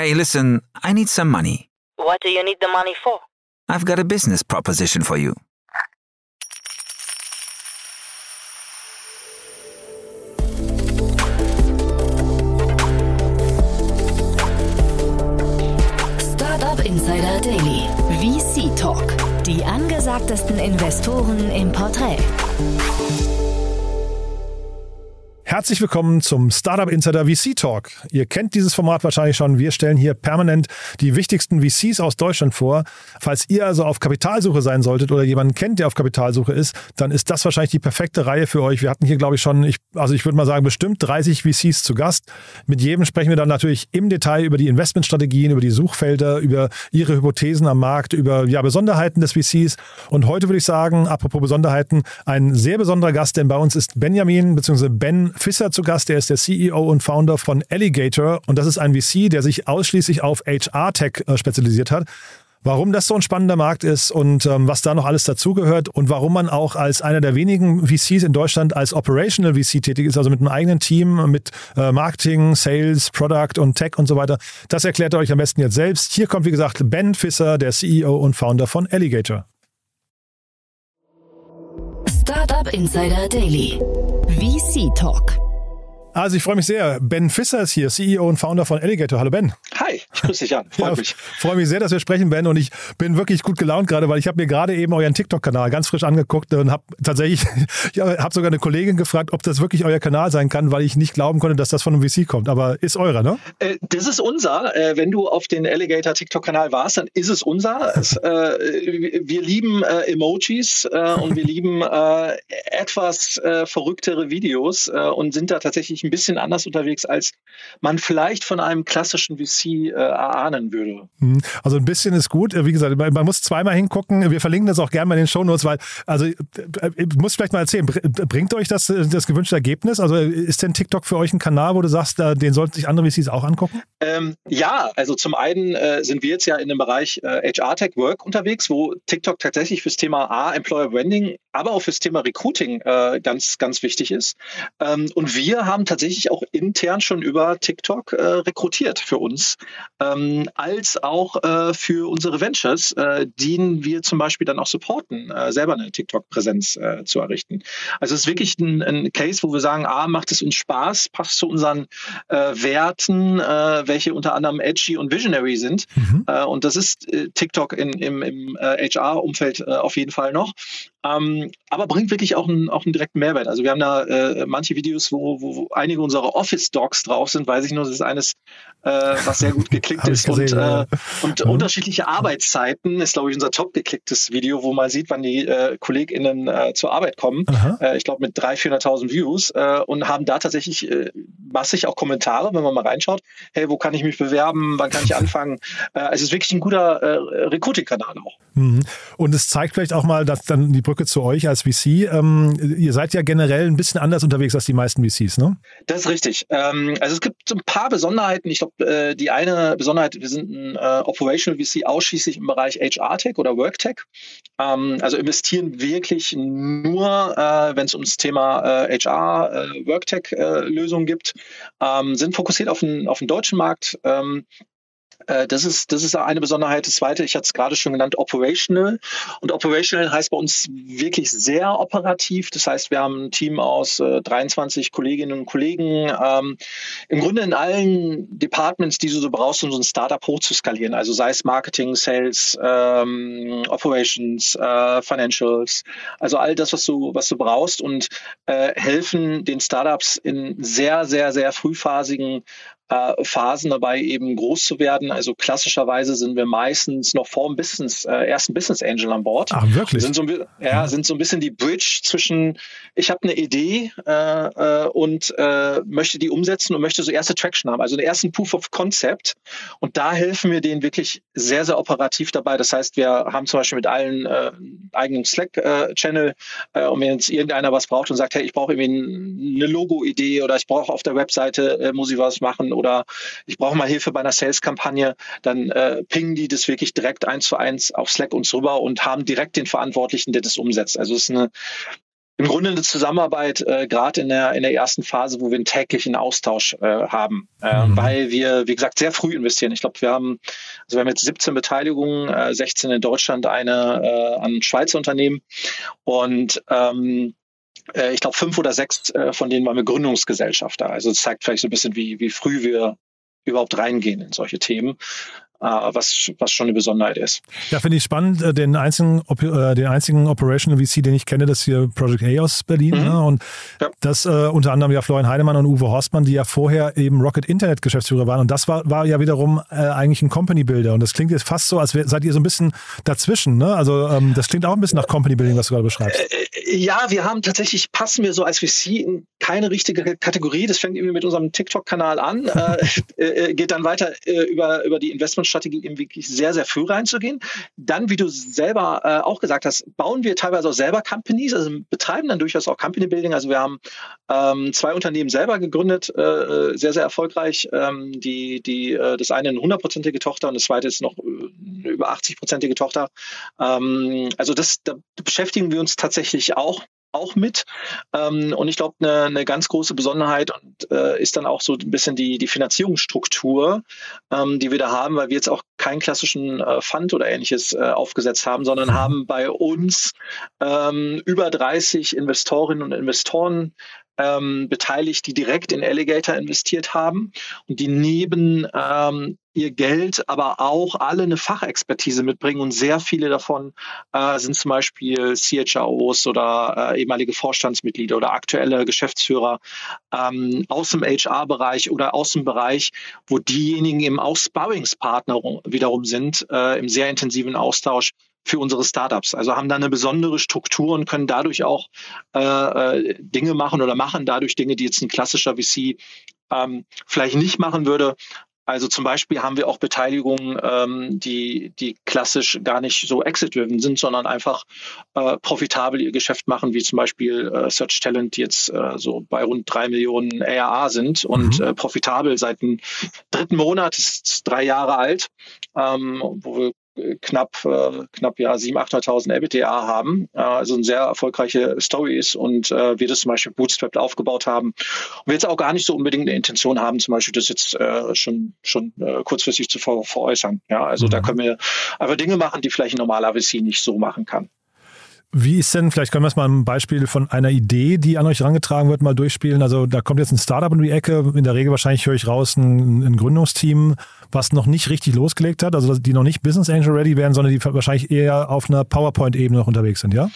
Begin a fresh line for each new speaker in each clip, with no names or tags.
Hey, listen, I need some money.
What do you need the money for?
I've got a business proposition for you.
Startup Insider Daily. VC Talk. Die angesagtesten Investoren im Porträt.
Herzlich willkommen zum Startup Insider VC Talk. Ihr kennt dieses Format wahrscheinlich schon. Wir stellen hier permanent die wichtigsten VCs aus Deutschland vor. Falls ihr also auf Kapitalsuche sein solltet oder jemanden kennt, der auf Kapitalsuche ist, dann ist das wahrscheinlich die perfekte Reihe für euch. Wir hatten hier, glaube ich, schon, ich würde mal sagen, bestimmt 30 VCs zu Gast. Mit jedem sprechen wir dann natürlich im Detail über die Investmentstrategien, über die Suchfelder, über ihre Hypothesen am Markt, über Besonderheiten des VCs. Und heute würde ich sagen, apropos Besonderheiten, ein sehr besonderer Gast, denn bei uns ist Benjamin bzw. Ben Visser zu Gast. Der ist der CEO und Founder von Alligator und das ist ein VC, der sich ausschließlich auf HR-Tech spezialisiert hat. Warum das so ein spannender Markt ist und was da noch alles dazugehört und warum man auch als einer der wenigen VCs in Deutschland als Operational VC tätig ist, also mit einem eigenen Team, mit Marketing, Sales, Product und Tech und so weiter, das erklärt er euch am besten jetzt selbst. Hier kommt, wie gesagt, Ben Visser, der CEO und Founder von Alligator.
Startup Insider Daily. VC Talk.
Also ich freue mich sehr. Ben Visser ist hier, CEO und Founder von Alligator. Hallo Ben.
Hi, ich grüße dich an. Freut mich.
Freue mich sehr, dass wir sprechen, Ben. Und ich bin wirklich gut gelaunt gerade, weil ich habe mir gerade eben euren TikTok-Kanal ganz frisch angeguckt und habe tatsächlich, habe sogar eine Kollegin gefragt, ob das wirklich euer Kanal sein kann, weil ich nicht glauben konnte, dass das von einem VC kommt. Aber ist eurer, ne?
Das ist unser. Wenn du auf den Alligator TikTok-Kanal warst, dann ist es unser. Wir lieben Emojis und wir lieben etwas verrücktere Videos und sind da tatsächlich ein bisschen anders unterwegs, als man vielleicht von einem klassischen VC erahnen würde.
Also ein bisschen ist gut. Wie gesagt, man muss zweimal hingucken. Wir verlinken das auch gerne mal in den Shownotes, weil, also ich muss vielleicht mal erzählen, bringt euch das gewünschte Ergebnis? Also ist denn TikTok für euch ein Kanal, wo du sagst, den sollten sich andere VCs auch angucken?
Ja, also zum einen sind wir jetzt ja in dem Bereich HR-Tech Work unterwegs, wo TikTok tatsächlich fürs Thema Employer Branding, aber auch fürs Thema Recruiting ganz, ganz wichtig ist. Und wir haben tatsächlich auch intern schon über TikTok rekrutiert für uns, als auch für unsere Ventures, die wir zum Beispiel dann auch supporten, selber eine TikTok-Präsenz zu errichten. Also es ist wirklich ein Case, wo wir sagen, macht es uns Spaß, passt zu unseren Werten, welche unter anderem edgy und visionary sind. Und das ist TikTok im HR-Umfeld auf jeden Fall noch. Aber bringt wirklich auch einen direkten Mehrwert. Also wir haben da manche Videos, wo einige unserer Office-Docs drauf sind, weiß ich nur, das ist eines, was sehr gut geklickt ist. Und unterschiedliche Arbeitszeiten ist, glaube ich, unser top geklicktes Video, wo man sieht, wann die KollegInnen zur Arbeit kommen. Ich glaube mit 300.000, 400.000 Views und haben da tatsächlich massig auch Kommentare, wenn man mal reinschaut. Hey, wo kann ich mich bewerben? Wann kann ich anfangen? Es ist wirklich ein guter Recruiting-Kanal auch.
Und es zeigt vielleicht auch mal, dass dann die Brücke zu euch als VC. Ihr seid ja generell ein bisschen anders unterwegs als die meisten VCs, ne? Das
ist richtig. Also es gibt so ein paar Besonderheiten. Ich glaube, die eine Besonderheit, wir sind ein Operational VC ausschließlich im Bereich HR-Tech oder Work-Tech. Also investieren wirklich nur, wenn es ums Thema HR, Work-Tech-Lösungen gibt. Sind fokussiert auf den deutschen Markt. Das ist eine Besonderheit. Das zweite, ich hatte es gerade schon genannt, Operational. Und Operational heißt bei uns wirklich sehr operativ. Das heißt, wir haben ein Team aus 23 Kolleginnen und Kollegen. Im Grunde in allen Departments, die du so brauchst, um so ein Startup hochzuskalieren. Also sei es Marketing, Sales, Operations, Financials. Also all das, was du brauchst und helfen den Startups in sehr, sehr, sehr frühphasigen Phasen dabei eben groß zu werden. Also klassischerweise sind wir meistens noch vor dem ersten Business Angel an Bord.
Ach, wirklich?
Sind so ein bisschen die Bridge zwischen, ich habe eine Idee und möchte die umsetzen und möchte so erste Traction haben, also den ersten Proof of Concept. Und da helfen wir denen wirklich sehr, sehr operativ dabei. Das heißt, wir haben zum Beispiel mit allen eigenen Slack-Channel und wenn jetzt irgendeiner was braucht und sagt, hey, ich brauche irgendwie eine Logo-Idee oder ich brauche auf der Webseite, muss ich was machen oder ich brauche mal Hilfe bei einer Sales-Kampagne, dann pingen die das wirklich direkt 1:1 auf Slack uns rüber und haben direkt den Verantwortlichen, der das umsetzt. Also es ist Im Grunde eine Zusammenarbeit, gerade in der ersten Phase, wo wir einen täglichen Austausch haben, weil wir, wie gesagt, sehr früh investieren. Ich glaube, wir haben jetzt 17 Beteiligungen, 16 in Deutschland, eine an Schweizer Unternehmen und ich glaube 5 oder 6 von denen waren wir Gründungsgesellschafter. Also das zeigt vielleicht so ein bisschen, wie früh wir überhaupt reingehen in solche Themen. Was schon eine Besonderheit ist.
Ja, finde ich spannend. Den einzigen Operational VC, den ich kenne, das ist hier Project A aus Berlin. Ne? Und das unter anderem ja Florian Heidemann und Uwe Horstmann, die ja vorher eben Rocket Internet Geschäftsführer waren. Und das war ja wiederum eigentlich ein Company Builder. Und das klingt jetzt fast so, als seid ihr so ein bisschen dazwischen. Ne? Also das klingt auch ein bisschen nach Company Building, was du gerade beschreibst.
Ja, wir haben tatsächlich, passen wir so als VC in keine richtige Kategorie. Das fängt irgendwie mit unserem TikTok-Kanal an, geht dann weiter über die Investmentstrategie eben wirklich sehr, sehr früh reinzugehen. Dann, wie du selber auch gesagt hast, bauen wir teilweise auch selber Companies, also betreiben dann durchaus auch Company Building. Also wir haben 2 Unternehmen selber gegründet, sehr, sehr erfolgreich. Das eine eine 100%ige Tochter und das zweite ist noch eine über 80%ige Tochter. Also da beschäftigen wir uns tatsächlich auch mit. Und ich glaube, eine ganz große Besonderheit ist dann auch so ein bisschen die Finanzierungsstruktur, die wir da haben, weil wir jetzt auch keinen klassischen Fund oder ähnliches aufgesetzt haben, sondern haben bei uns über 30 Investorinnen und Investoren beteiligt, die direkt in Alligator investiert haben und die neben ihr Geld aber auch alle eine Fachexpertise mitbringen und sehr viele davon sind zum Beispiel CHROs oder ehemalige Vorstandsmitglieder oder aktuelle Geschäftsführer aus dem HR-Bereich oder aus dem Bereich, wo diejenigen eben auch Sparringspartner wiederum sind, im sehr intensiven Austausch für unsere Startups. Also haben da eine besondere Struktur und können dadurch auch Dinge machen oder machen dadurch Dinge, die jetzt ein klassischer VC vielleicht nicht machen würde. Also zum Beispiel haben wir auch Beteiligungen, die klassisch gar nicht so exit-driven sind, sondern einfach profitabel ihr Geschäft machen, wie zum Beispiel Search Talent, die jetzt so bei rund 3 Millionen ARR sind und profitabel seit dem 3. Monat, ist 3 Jahre alt, wo wir knapp 700.000, 800.000 EBITDA haben, also eine sehr erfolgreiche Story ist und wir das zum Beispiel bootstrapped aufgebaut haben und wir jetzt auch gar nicht so unbedingt eine Intention haben, zum Beispiel das jetzt schon kurzfristig zu veräußern. Ja, also da können wir einfach Dinge machen, die vielleicht ein normaler VC nicht so machen kann.
Wie ist denn, vielleicht können wir es mal ein Beispiel von einer Idee, die an euch herangetragen wird, mal durchspielen. Also da kommt jetzt ein Startup in die Ecke. In der Regel wahrscheinlich höre ich raus ein Gründungsteam, was noch nicht richtig losgelegt hat, also die noch nicht Business Angel ready wären, sondern die wahrscheinlich eher auf einer PowerPoint-Ebene noch unterwegs sind, ja?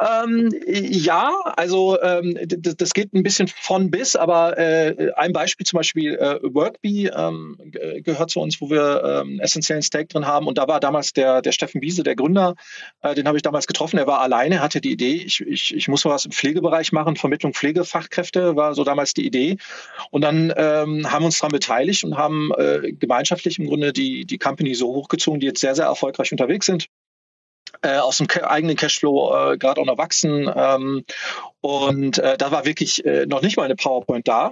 Ja, also das geht ein bisschen von bis, aber ein Beispiel zum Beispiel Workbee gehört zu uns, wo wir einen essentiellen Stake drin haben und da war damals der Steffen Biese, der Gründer, den habe ich damals getroffen, er war alleine, hatte die Idee, ich muss was im Pflegebereich machen, Vermittlung Pflegefachkräfte war so damals die Idee und dann haben wir uns daran beteiligt und haben gemeinschaftlich im Grunde die Company so hochgezogen, die jetzt sehr, sehr erfolgreich unterwegs sind. Aus dem eigenen Cashflow gerade auch noch wachsen. Und da war wirklich noch nicht mal eine PowerPoint da.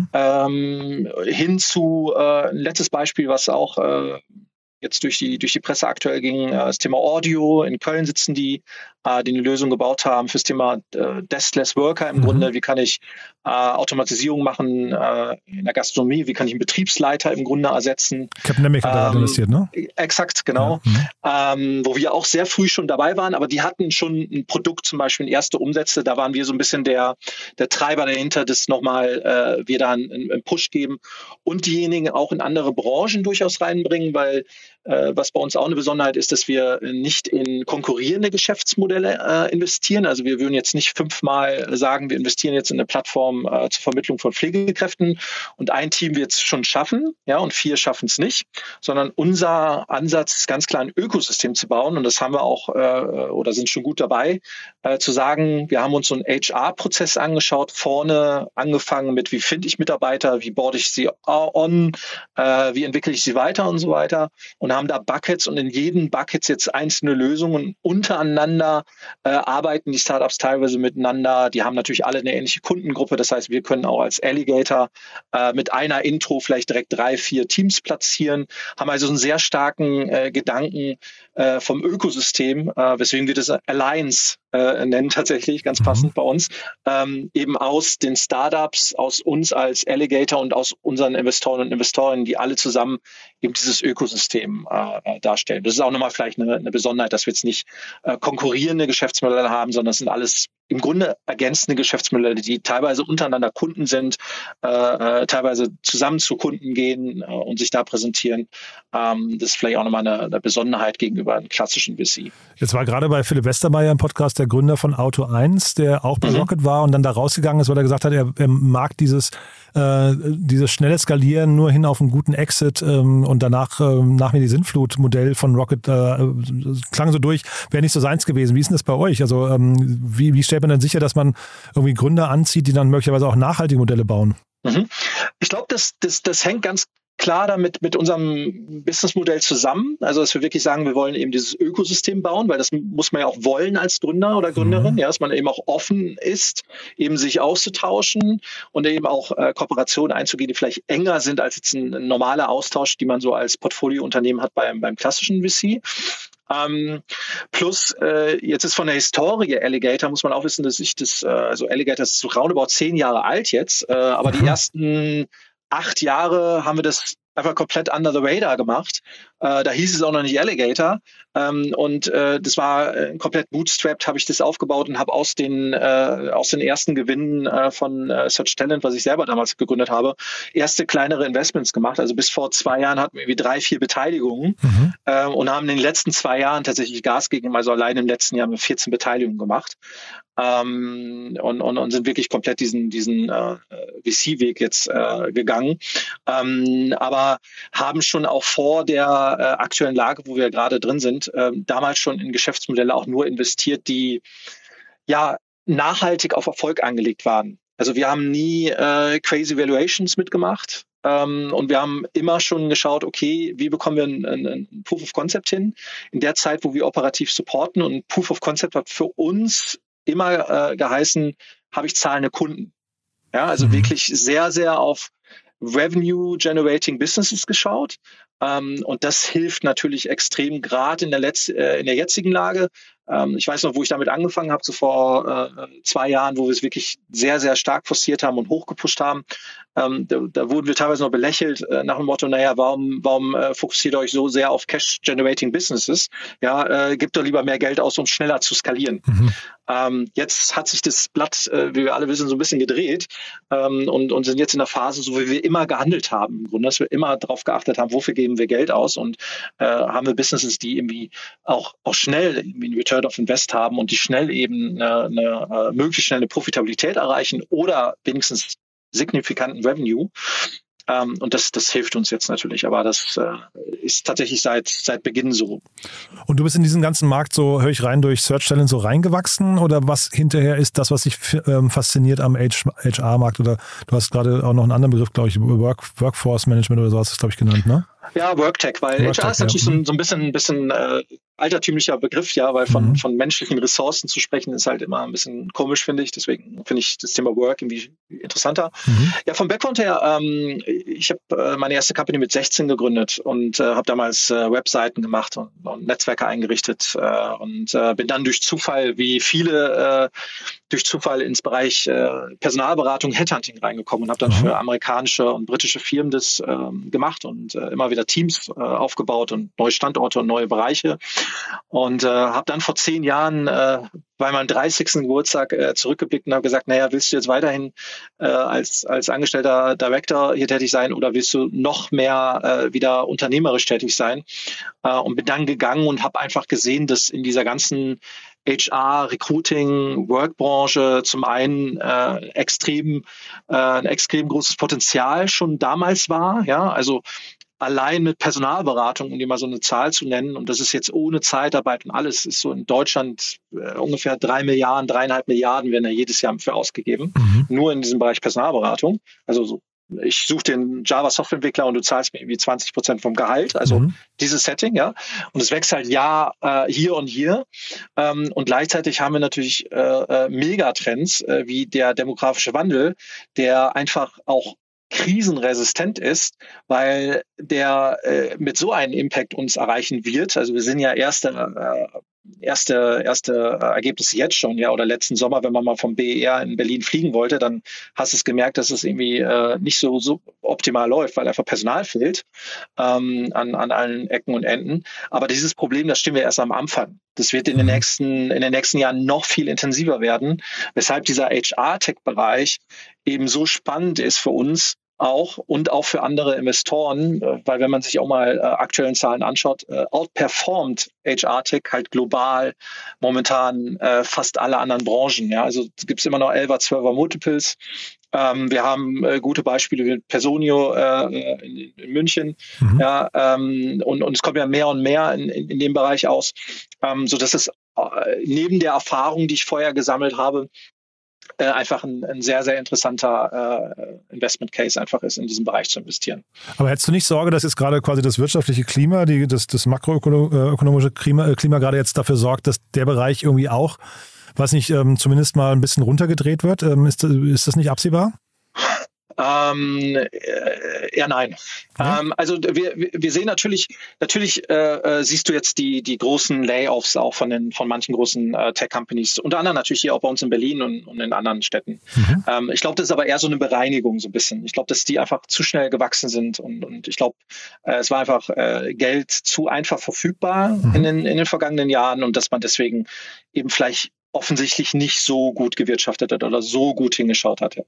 Hin zu ein letztes Beispiel, was auch jetzt durch die Presse aktuell ging, das Thema Audio. In Köln sitzen die eine Lösung gebaut haben fürs Thema Deskless Worker im Grunde. Wie kann ich Automatisierung machen in der Gastronomie? Wie kann ich einen Betriebsleiter im Grunde ersetzen?
Capnemic hat da investiert, ne?
Exakt, genau. Ja. Wo wir auch sehr früh schon dabei waren, aber die hatten schon ein Produkt, zum Beispiel in erste Umsätze. Da waren wir so ein bisschen der Treiber dahinter, das nochmal wir da einen Push geben und diejenigen auch in andere Branchen durchaus reinbringen, weil was bei uns auch eine Besonderheit ist, dass wir nicht in konkurrierende Geschäftsmodelle investieren. Also wir würden jetzt nicht 5-mal sagen, wir investieren jetzt in eine Plattform zur Vermittlung von Pflegekräften und ein Team wird es schon schaffen, ja, und 4 schaffen es nicht, sondern unser Ansatz ist ganz klar, ein Ökosystem zu bauen und das haben wir auch oder sind schon gut dabei, zu sagen, wir haben uns so einen HR-Prozess angeschaut, vorne angefangen mit, wie finde ich Mitarbeiter, wie boarde ich sie on, wie entwickle ich sie weiter und so weiter und haben da Buckets und in jedem Buckets jetzt einzelne Lösungen. Untereinander arbeiten die Startups teilweise miteinander. Die haben natürlich alle eine ähnliche Kundengruppe. Das heißt, wir können auch als Alligator mit einer Intro vielleicht direkt 3, 4 Teams platzieren, haben also einen sehr starken Gedanken, vom Ökosystem, weswegen wir das Alliance nennen tatsächlich, ganz passend bei uns, eben aus den Startups, aus uns als Alligator und aus unseren Investoren und Investorinnen, die alle zusammen eben dieses Ökosystem darstellen. Das ist auch nochmal vielleicht eine Besonderheit, dass wir jetzt nicht konkurrierende Geschäftsmodelle haben, sondern es sind alles im Grunde ergänzende Geschäftsmodelle, die teilweise untereinander Kunden sind, teilweise zusammen zu Kunden gehen und sich da präsentieren. Das ist vielleicht auch nochmal eine Besonderheit gegenüber einem klassischen VC.
Jetzt war gerade bei Philipp Westermeier im Podcast der Gründer von Auto1, der auch bei Rocket war und dann da rausgegangen ist, weil er gesagt hat, er mag dieses schnelle Skalieren nur hin auf einen guten Exit und danach nach mir die Sinnflut-Modell von Rocket klang so durch, wäre nicht so seins gewesen. Wie ist denn das bei euch? Also wie stellt man denn sicher, dass man irgendwie Gründer anzieht, die dann möglicherweise auch nachhaltige Modelle bauen?
Ich glaube, das hängt ganz klar damit mit unserem Businessmodell zusammen. Also, dass wir wirklich sagen, wir wollen eben dieses Ökosystem bauen, weil das muss man ja auch wollen als Gründer oder Gründerin, ja, dass man eben auch offen ist, eben sich auszutauschen und eben auch Kooperationen einzugehen, die vielleicht enger sind als jetzt ein normaler Austausch, die man so als Portfoliounternehmen hat beim klassischen VC. Plus, jetzt ist von der Historie Alligator, muss man auch wissen, dass also Alligator ist so roundabout 10 Jahre alt jetzt, aber die ersten 8 Jahre haben wir das einfach komplett under the radar gemacht. Da hieß es auch noch nicht Alligator. Und das war komplett bootstrapped, habe ich das aufgebaut und habe aus den ersten Gewinnen von Search Talent, was ich selber damals gegründet habe, erste kleinere Investments gemacht. Also bis vor 2 Jahren hatten wir irgendwie 3, 4 Beteiligungen und haben in den letzten 2 Jahren tatsächlich Gas gegeben. Also allein im letzten Jahr haben wir 14 Beteiligungen gemacht. Und sind wirklich komplett diesen VC-Weg jetzt gegangen. Aber haben schon auch vor der aktuellen Lage, wo wir gerade drin sind, damals schon in Geschäftsmodelle auch nur investiert, die ja nachhaltig auf Erfolg angelegt waren. Also wir haben nie crazy Valuations mitgemacht. Und wir haben immer schon geschaut, okay, wie bekommen wir ein Proof of Concept hin? In der Zeit, wo wir operativ supporten, und Proof of Concept hat für uns immer geheißen, habe ich zahlende Kunden. Ja, also wirklich sehr, sehr auf Revenue-Generating Businesses geschaut. Und das hilft natürlich extrem, gerade in der jetzigen Lage. Ich weiß noch, wo ich damit angefangen habe, so vor 2 Jahren, wo wir es wirklich sehr, sehr stark forciert haben und hochgepusht haben. Da wurden wir teilweise noch belächelt nach dem Motto, naja, warum fokussiert ihr euch so sehr auf Cash-Generating Businesses? Ja, gebt doch lieber mehr Geld aus, um schneller zu skalieren. Jetzt hat sich das Blatt, wie wir alle wissen, so ein bisschen gedreht und sind jetzt in der Phase, so wie wir immer gehandelt haben, im Grunde, dass wir immer darauf geachtet haben, wofür geben wir Geld aus, und haben wir Businesses, die irgendwie auch schnell irgendwie einen Return of Invest haben und die schnell eben möglichst schnell eine Profitabilität erreichen oder wenigstens signifikanten Revenue. Und das hilft uns jetzt natürlich, aber das ist tatsächlich seit Beginn so.
Und du bist in diesen ganzen Markt, so höre ich rein, durch Search Talent so reingewachsen, oder was hinterher ist das, was dich fasziniert am HR-Markt? Oder du hast gerade auch noch einen anderen Begriff, glaube ich, Workforce Management oder so hast du es, glaube ich, genannt, ne?
Ja, Worktech, weil HR ist natürlich so ein bisschen altertümlicher Begriff, ja, weil von menschlichen Ressourcen zu sprechen ist halt immer ein bisschen komisch, finde ich. Deswegen finde ich das Thema Work irgendwie interessanter. Ja, vom Background her, ich habe meine erste Company mit 16 gegründet und habe damals Webseiten gemacht und Netzwerke eingerichtet und bin dann durch Zufall, wie viele, ins Bereich Personalberatung, Headhunting reingekommen und habe dann für amerikanische und britische Firmen das gemacht und immer wieder Teams aufgebaut und neue Standorte und neue Bereiche. Und habe dann vor 10 Jahren bei meinem 30. Geburtstag zurückgeblickt und habe gesagt, naja, willst du jetzt weiterhin als angestellter Director hier tätig sein oder willst du noch mehr wieder unternehmerisch tätig sein? Und bin dann gegangen und habe einfach gesehen, dass in dieser ganzen HR, Recruiting, Workbranche zum einen ein extrem großes Potenzial schon damals war, ja, also allein mit Personalberatung, um dir mal so eine Zahl zu nennen, und das ist jetzt ohne Zeitarbeit und alles, ist so in Deutschland ungefähr 3,5 Milliarden werden ja jedes Jahr für ausgegeben, nur in diesem Bereich Personalberatung. Also so, ich suche den Java-Softwareentwickler und du zahlst mir irgendwie 20% vom Gehalt, also dieses Setting, ja. Und es wächst halt hier und hier. Und gleichzeitig haben wir natürlich Megatrends, wie der demografische Wandel, der einfach auch krisenresistent ist, weil der mit so einem Impact uns erreichen wird. Also wir sind ja erste Ergebnisse jetzt schon, ja, oder letzten Sommer, wenn man mal vom BER in Berlin fliegen wollte, dann hast du es gemerkt, dass es irgendwie nicht so optimal läuft, weil einfach Personal fehlt an allen Ecken und Enden. Aber dieses Problem, das stehen wir erst am Anfang. Das wird in den nächsten Jahren noch viel intensiver werden, weshalb dieser HR-Tech-Bereich eben so spannend ist für uns, auch und auch für andere Investoren, weil wenn man sich auch mal aktuellen Zahlen anschaut, outperformt HR-Tech halt global momentan fast alle anderen Branchen. Ja? Also es gibt immer noch 11er, 12er Multiples. Wir haben gute Beispiele wie Personio in München. Ja, und es kommt ja mehr und mehr in dem Bereich aus, sodass es neben der Erfahrung, die ich vorher gesammelt habe, einfach ein sehr, sehr interessanter Investment Case einfach ist, in diesem Bereich zu investieren.
Aber hättest du nicht Sorge, dass jetzt gerade quasi das wirtschaftliche Klima, das makroökonomische Klima gerade jetzt dafür sorgt, dass der Bereich irgendwie auch, weiß nicht, zumindest mal ein bisschen runtergedreht wird? Ist das nicht absehbar?
Eher nein. Also wir sehen natürlich siehst du jetzt die großen Layoffs auch von manchen großen Tech-Companies, unter anderem natürlich hier auch bei uns in Berlin und in anderen Städten. Ich glaube, das ist aber eher so eine Bereinigung so ein bisschen. Ich glaube, dass die einfach zu schnell gewachsen sind und ich glaube, es war einfach Geld zu einfach verfügbar in den vergangenen Jahren und dass man deswegen eben vielleicht offensichtlich nicht so gut gewirtschaftet hat oder so gut hingeschaut hatte.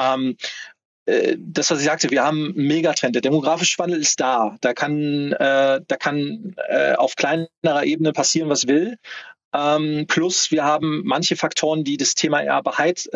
Das, was ich sagte, wir haben einen Megatrend. Der demografische Wandel ist da. Da kann auf kleinerer Ebene passieren, was will. Plus wir haben manche Faktoren, die das Thema eher beheizen,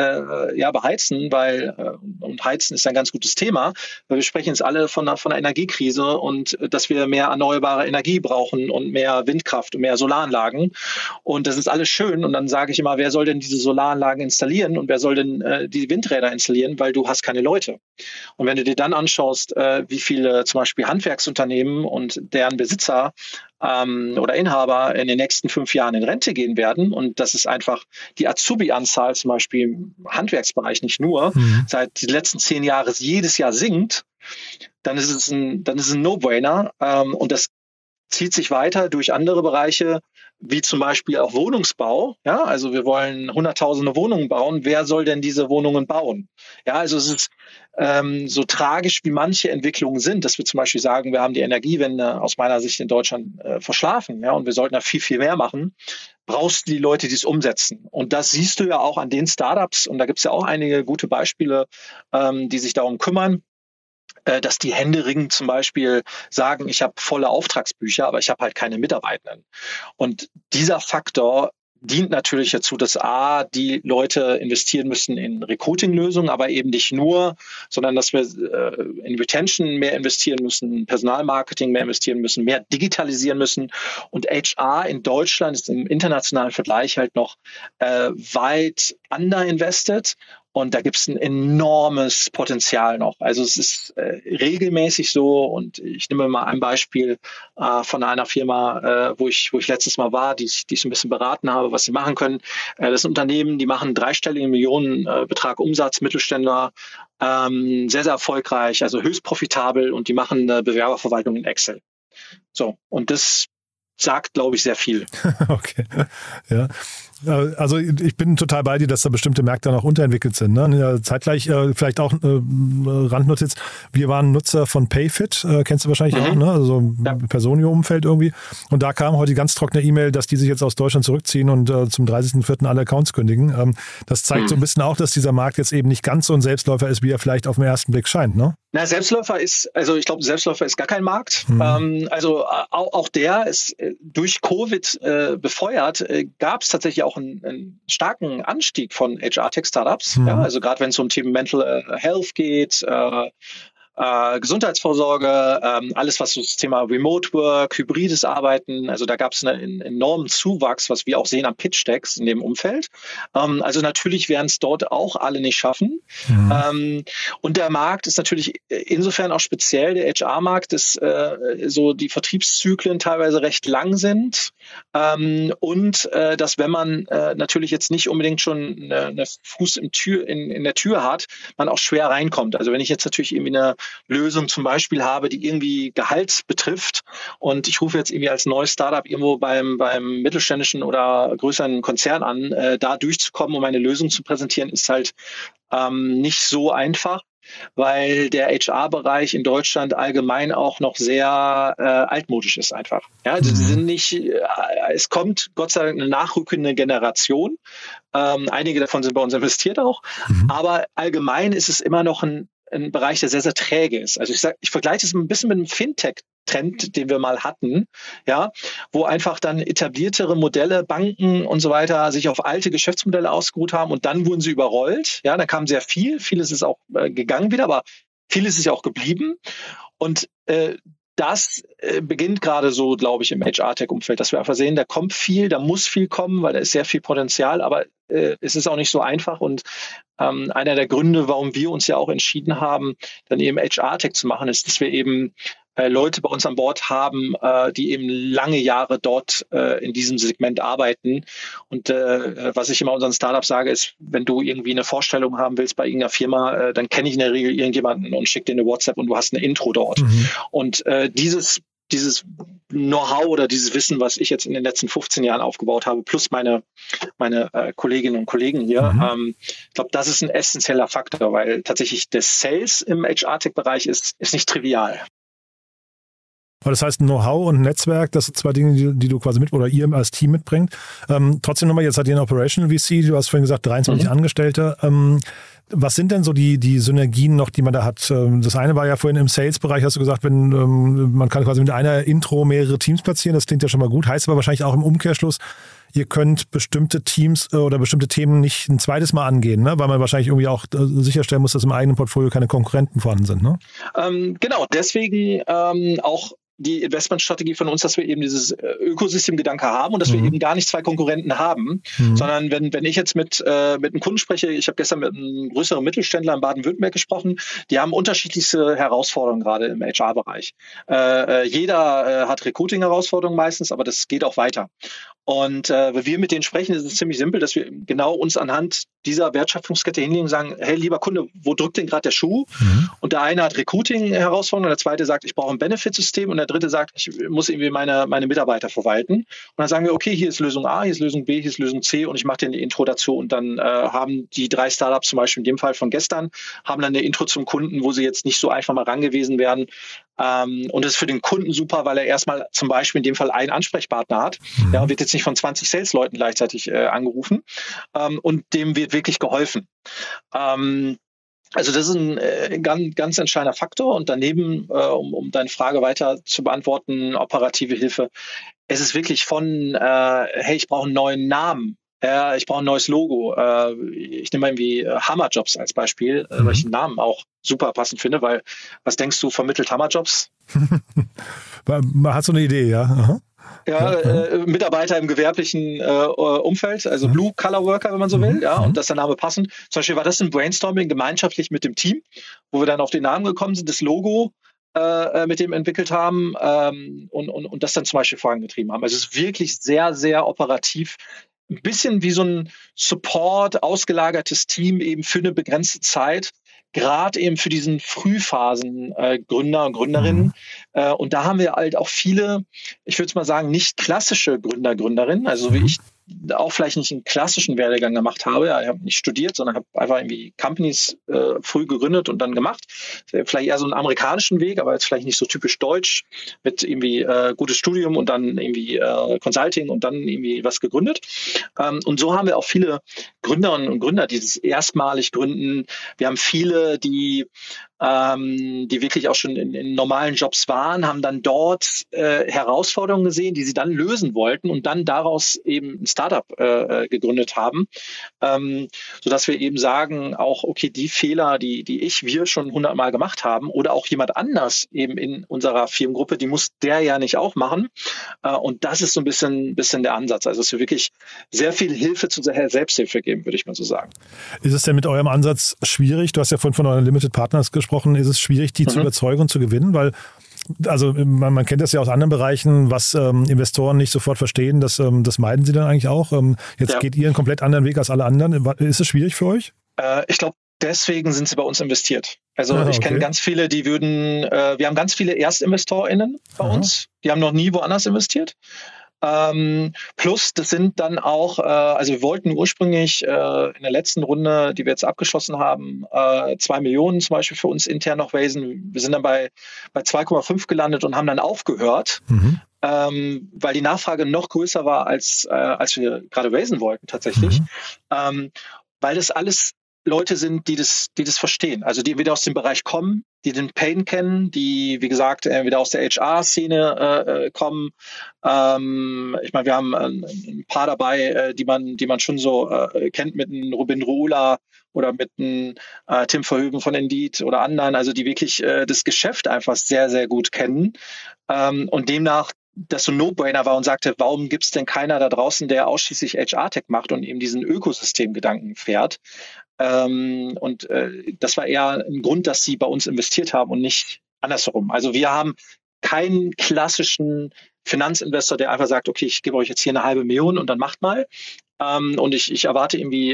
weil und heizen ist ein ganz gutes Thema, weil wir sprechen jetzt alle von einer Energiekrise und dass wir mehr erneuerbare Energie brauchen und mehr Windkraft und mehr Solaranlagen und das ist alles schön und dann sage ich immer, wer soll denn diese Solaranlagen installieren und wer soll denn die Windräder installieren, weil du hast keine Leute. Und wenn du dir dann anschaust, wie viele zum Beispiel Handwerksunternehmen und deren Besitzer oder Inhaber in den nächsten 5 Jahren in Rente gehen werden und das ist einfach die Azubi-Anzahl zum Beispiel im Handwerksbereich nicht nur, seit den letzten 10 Jahren jedes Jahr sinkt, dann ist es ein No-Brainer und das zieht sich weiter durch andere Bereiche, wie zum Beispiel auch Wohnungsbau. Ja, also wir wollen hunderttausende Wohnungen bauen. Wer soll denn diese Wohnungen bauen? Ja, also es ist so tragisch, wie manche Entwicklungen sind, dass wir zum Beispiel sagen, wir haben die Energiewende aus meiner Sicht in Deutschland verschlafen. Ja, und wir sollten da viel, viel mehr machen. Brauchst du die Leute, die es umsetzen. Und das siehst du ja auch an den Startups. Und da gibt es ja auch einige gute Beispiele, die sich darum kümmern, dass die händeringend zum Beispiel sagen, ich habe volle Auftragsbücher, aber ich habe halt keine Mitarbeitenden. Und dieser Faktor dient natürlich dazu, dass die Leute investieren müssen in Recruiting-Lösungen, aber eben nicht nur, sondern dass wir in Retention mehr investieren müssen, Personalmarketing mehr investieren müssen, mehr digitalisieren müssen. Und HR in Deutschland ist im internationalen Vergleich halt noch weit underinvested. Und da gibt es ein enormes Potenzial noch. Also es ist regelmäßig so und ich nehme mal ein Beispiel von einer Firma, wo ich letztes Mal war, die ich ein bisschen beraten habe, was sie machen können. Das ist ein Unternehmen, die machen 3-stelligen Millionenbetrag Umsatz, Mittelständler, sehr, sehr erfolgreich, also höchst profitabel und die machen eine Bewerberverwaltung in Excel. So, und das sagt, glaube ich, sehr viel.
Okay, ja. Also ich bin total bei dir, dass da bestimmte Märkte noch unterentwickelt sind. Ne? Ja, zeitgleich vielleicht auch Randnotiz, wir waren Nutzer von Payfit, kennst du wahrscheinlich auch, ne? Also im Personio-Umfeld irgendwie. Und da kam heute die ganz trockene E-Mail, dass die sich jetzt aus Deutschland zurückziehen und zum 30.04. alle Accounts kündigen. Das zeigt so ein bisschen auch, dass dieser Markt jetzt eben nicht ganz so ein Selbstläufer ist, wie er vielleicht auf den ersten Blick scheint, ne?
Na, Selbstläufer ist gar kein Markt. Also auch der ist durch Covid befeuert, gab es tatsächlich auch einen starken Anstieg von HR-Tech-Startups. Ja, also gerade wenn es um Themen Mental Health geht, Gesundheitsvorsorge, alles was so das Thema Remote Work, hybrides Arbeiten, also da gab es einen enormen Zuwachs, was wir auch sehen am Pitch Decks in dem Umfeld. Also natürlich werden es dort auch alle nicht schaffen. Und der Markt ist natürlich insofern auch speziell, der HR-Markt ist so die Vertriebszyklen teilweise recht lang sind und dass wenn man natürlich jetzt nicht unbedingt schon eine Fuß in der Tür hat, man auch schwer reinkommt. Also wenn ich jetzt natürlich irgendwie eine Lösung zum Beispiel habe, die irgendwie Gehalt betrifft und ich rufe jetzt irgendwie als neues Startup irgendwo beim mittelständischen oder größeren Konzern an, da durchzukommen, um eine Lösung zu präsentieren, ist halt nicht so einfach, weil der HR-Bereich in Deutschland allgemein auch noch sehr altmodisch ist einfach. Ja, also sie sind nicht, es kommt Gott sei Dank eine nachrückende Generation. Einige davon sind bei uns investiert auch, aber allgemein ist es immer noch ein Bereich, der sehr, sehr träge ist. Also ich vergleiche es ein bisschen mit einem Fintech-Trend, den wir mal hatten, ja, wo einfach dann etabliertere Modelle, Banken und so weiter sich auf alte Geschäftsmodelle ausgeruht haben und dann wurden sie überrollt. Ja, dann kam sehr vieles ist auch gegangen wieder, aber vieles ist ja auch geblieben. Und das beginnt gerade so, glaube ich, im HR-Tech-Umfeld, dass wir einfach sehen, da kommt viel, da muss viel kommen, weil da ist sehr viel Potenzial, aber es ist auch nicht so einfach und einer der Gründe, warum wir uns ja auch entschieden haben, dann eben HR-Tech zu machen, ist, dass wir eben Leute bei uns an Bord haben, die eben lange Jahre dort in diesem Segment arbeiten. Und was ich immer unseren Startups sage, ist, wenn du irgendwie eine Vorstellung haben willst bei irgendeiner Firma, dann kenne ich in der Regel irgendjemanden und schicke dir eine WhatsApp und du hast eine Intro dort. Und dieses Know-how oder dieses Wissen, was ich jetzt in den letzten 15 Jahren aufgebaut habe, plus meine Kolleginnen und Kollegen hier, ich glaube, das ist ein essentieller Faktor, weil tatsächlich der Sales im HR-Tech-Bereich ist nicht trivial.
Aber das heißt, Know-how und Netzwerk, das sind zwei Dinge, die du quasi oder ihr als Team mitbringt. Trotzdem nochmal, jetzt hat ihr eine Operational VC, du hast vorhin gesagt, 23 Angestellte. Was sind denn so die Synergien noch, die man da hat? Das eine war ja vorhin im Sales-Bereich, hast du gesagt, wenn man kann quasi mit einer Intro mehrere Teams platzieren, das klingt ja schon mal gut, heißt aber wahrscheinlich auch im Umkehrschluss, ihr könnt bestimmte Teams oder bestimmte Themen nicht ein zweites Mal angehen, ne? Weil man wahrscheinlich irgendwie auch sicherstellen muss, dass im eigenen Portfolio keine Konkurrenten vorhanden sind. Ne?
Genau, deswegen auch die Investmentstrategie von uns, dass wir eben dieses Ökosystemgedanke haben und dass wir eben gar nicht zwei Konkurrenten haben, sondern wenn ich jetzt mit einem Kunden spreche, ich habe gestern mit einem größeren Mittelständler in Baden-Württemberg gesprochen, die haben unterschiedlichste Herausforderungen gerade im HR-Bereich. Jeder hat Recruiting-Herausforderungen meistens, aber das geht auch weiter. Und wenn wir mit denen sprechen, ist es ziemlich simpel, dass wir genau uns anhand dieser Wertschöpfungskette hinlegen und sagen, hey, lieber Kunde, wo drückt denn gerade der Schuh? Und der eine hat Recruiting-Herausforderungen, der zweite sagt, ich brauche ein Benefitsystem und der dritte sagt, ich muss irgendwie meine Mitarbeiter verwalten. Und dann sagen wir, okay, hier ist Lösung A, hier ist Lösung B, hier ist Lösung C und ich mache dir eine Intro dazu. Und dann haben die 3 Startups, zum Beispiel in dem Fall von gestern, haben dann eine Intro zum Kunden, wo sie jetzt nicht so einfach mal rangewiesen werden. Und das ist für den Kunden super, weil er erstmal zum Beispiel in dem Fall einen Ansprechpartner hat. Ja, wird jetzt nicht von 20 Sales-Leuten gleichzeitig angerufen. Und dem wird wirklich geholfen. Also das ist ein ganz entscheidender Faktor. Und daneben, um deine Frage weiter zu beantworten, operative Hilfe, es ist wirklich von, hey, ich brauche einen neuen Namen. Ich brauche ein neues Logo. Ich nehme mal irgendwie Hammerjobs als Beispiel, weil ich den Namen auch super passend finde, weil was denkst du, vermittelt Hammerjobs?
Hast du eine Idee, ja? Aha.
Ja, Mitarbeiter im gewerblichen Umfeld, also Blue-Collar-Worker, wenn man so will, ja, und das ist der Name passend. Zum Beispiel war das ein Brainstorming gemeinschaftlich mit dem Team, wo wir dann auf den Namen gekommen sind, das Logo mit dem entwickelt haben und das dann zum Beispiel vorangetrieben haben. Also es ist wirklich sehr, sehr operativ. Ein bisschen wie so ein Support, ausgelagertes Team eben für eine begrenzte Zeit, gerade eben für diesen Frühphasen Gründer und Gründerinnen. Und da haben wir halt auch viele, ich würde mal sagen, nicht klassische Gründerinnen, also wie ich auch vielleicht nicht einen klassischen Werdegang gemacht habe. Ja, ich habe nicht studiert, sondern habe einfach irgendwie Companies früh gegründet und dann gemacht. Vielleicht eher so einen amerikanischen Weg, aber jetzt vielleicht nicht so typisch deutsch mit irgendwie gutes Studium und dann irgendwie Consulting und dann irgendwie was gegründet. Und so haben wir auch viele Gründerinnen und Gründer, die das erstmalig gründen. Wir haben viele, die wirklich auch schon in normalen Jobs waren, haben dann dort Herausforderungen gesehen, die sie dann lösen wollten und dann daraus eben ein Startup gegründet haben, sodass wir eben sagen, auch okay, die Fehler, die wir schon 100-mal gemacht haben oder auch jemand anders eben in unserer Firmengruppe, die muss der ja nicht auch machen. Und das ist so ein bisschen der Ansatz. Also dass wir wirklich sehr viel Hilfe zur Selbsthilfe geben, würde ich mal so sagen.
Ist es denn mit eurem Ansatz schwierig? Du hast ja vorhin von euren Limited Partners gesprochen. Ist es schwierig, die zu überzeugen und zu gewinnen? Weil, also man kennt das ja aus anderen Bereichen, was Investoren nicht sofort verstehen, das meiden sie dann eigentlich auch. Jetzt geht ihr einen komplett anderen Weg als alle anderen. Ist es schwierig für euch?
Ich glaube, deswegen sind sie bei uns investiert. Also ich kenne ganz viele, wir haben ganz viele ErstinvestorInnen bei uns, die haben noch nie woanders investiert. Plus, das sind dann auch, also wir wollten ursprünglich in der letzten Runde, die wir jetzt abgeschlossen haben, 2 Millionen zum Beispiel für uns intern noch raisen. Wir sind dann bei 2,5 gelandet und haben dann aufgehört, weil die Nachfrage noch größer war, als wir gerade raisen wollten tatsächlich. Weil das alles Leute sind, die das verstehen. Also die entweder aus dem Bereich kommen, die den Pain kennen, die, wie gesagt, entweder aus der HR-Szene kommen. Ich meine, wir haben ein paar dabei, die man schon so kennt, mit einem Robin Ruula oder mit einem Tim Verhoeven von Indeed oder anderen, also die wirklich das Geschäft einfach sehr, sehr gut kennen. Und demnach das so ein No-Brainer war und sagte, warum gibt es denn keiner da draußen, der ausschließlich HR-Tech macht und eben diesen Ökosystemgedanken fährt? Und das war eher ein Grund, dass sie bei uns investiert haben und nicht andersherum. Also wir haben keinen klassischen Finanzinvestor, der einfach sagt, okay, ich gebe euch jetzt hier 500.000 und dann macht mal. Und ich erwarte irgendwie